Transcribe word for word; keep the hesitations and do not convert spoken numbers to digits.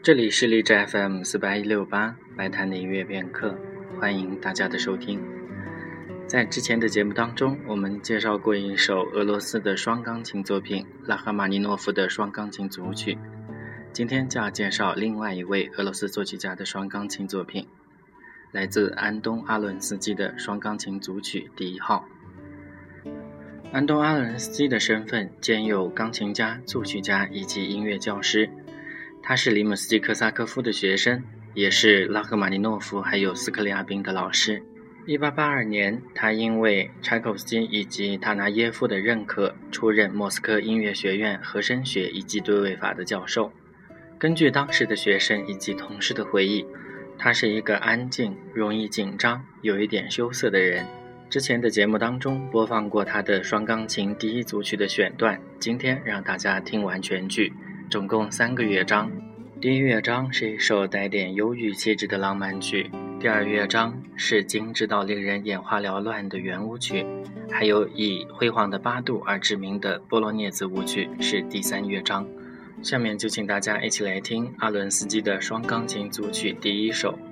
这里是荔枝 F M 四八一六八白谈的音乐片刻，欢迎大家的收听。在之前的节目当中，我们介绍过一首俄罗斯的双钢琴作品拉赫玛尼诺夫的双钢琴组曲，今天就要介绍另外一位俄罗斯作曲家的双钢琴作品，来自安东·阿伦斯基的双钢琴组曲第一号。安东·阿伦斯基的身份兼有钢琴家、作曲家以及音乐教师，他是里姆斯基科萨科夫的学生，也是拉赫玛尼诺夫还有斯克里亚宾的老师。一八八二年，他因为柴可夫斯基以及塔纳耶夫的认可，出任莫斯科音乐学院和声学以及对位法的教授。根据当时的学生以及同事的回忆，他是一个安静、容易紧张、有一点羞涩的人。之前的节目当中播放过他的双钢琴第一组曲的选段，今天让大家听完全剧，总共三个乐章。第一乐章是一首带点忧郁气质的浪漫曲，第二乐章是精致到令人眼花缭乱的圆舞曲，还有以辉煌的八度而知名的波罗涅兹舞曲是第三乐章。下面就请大家一起来听阿伦斯基的双钢琴组曲第一首。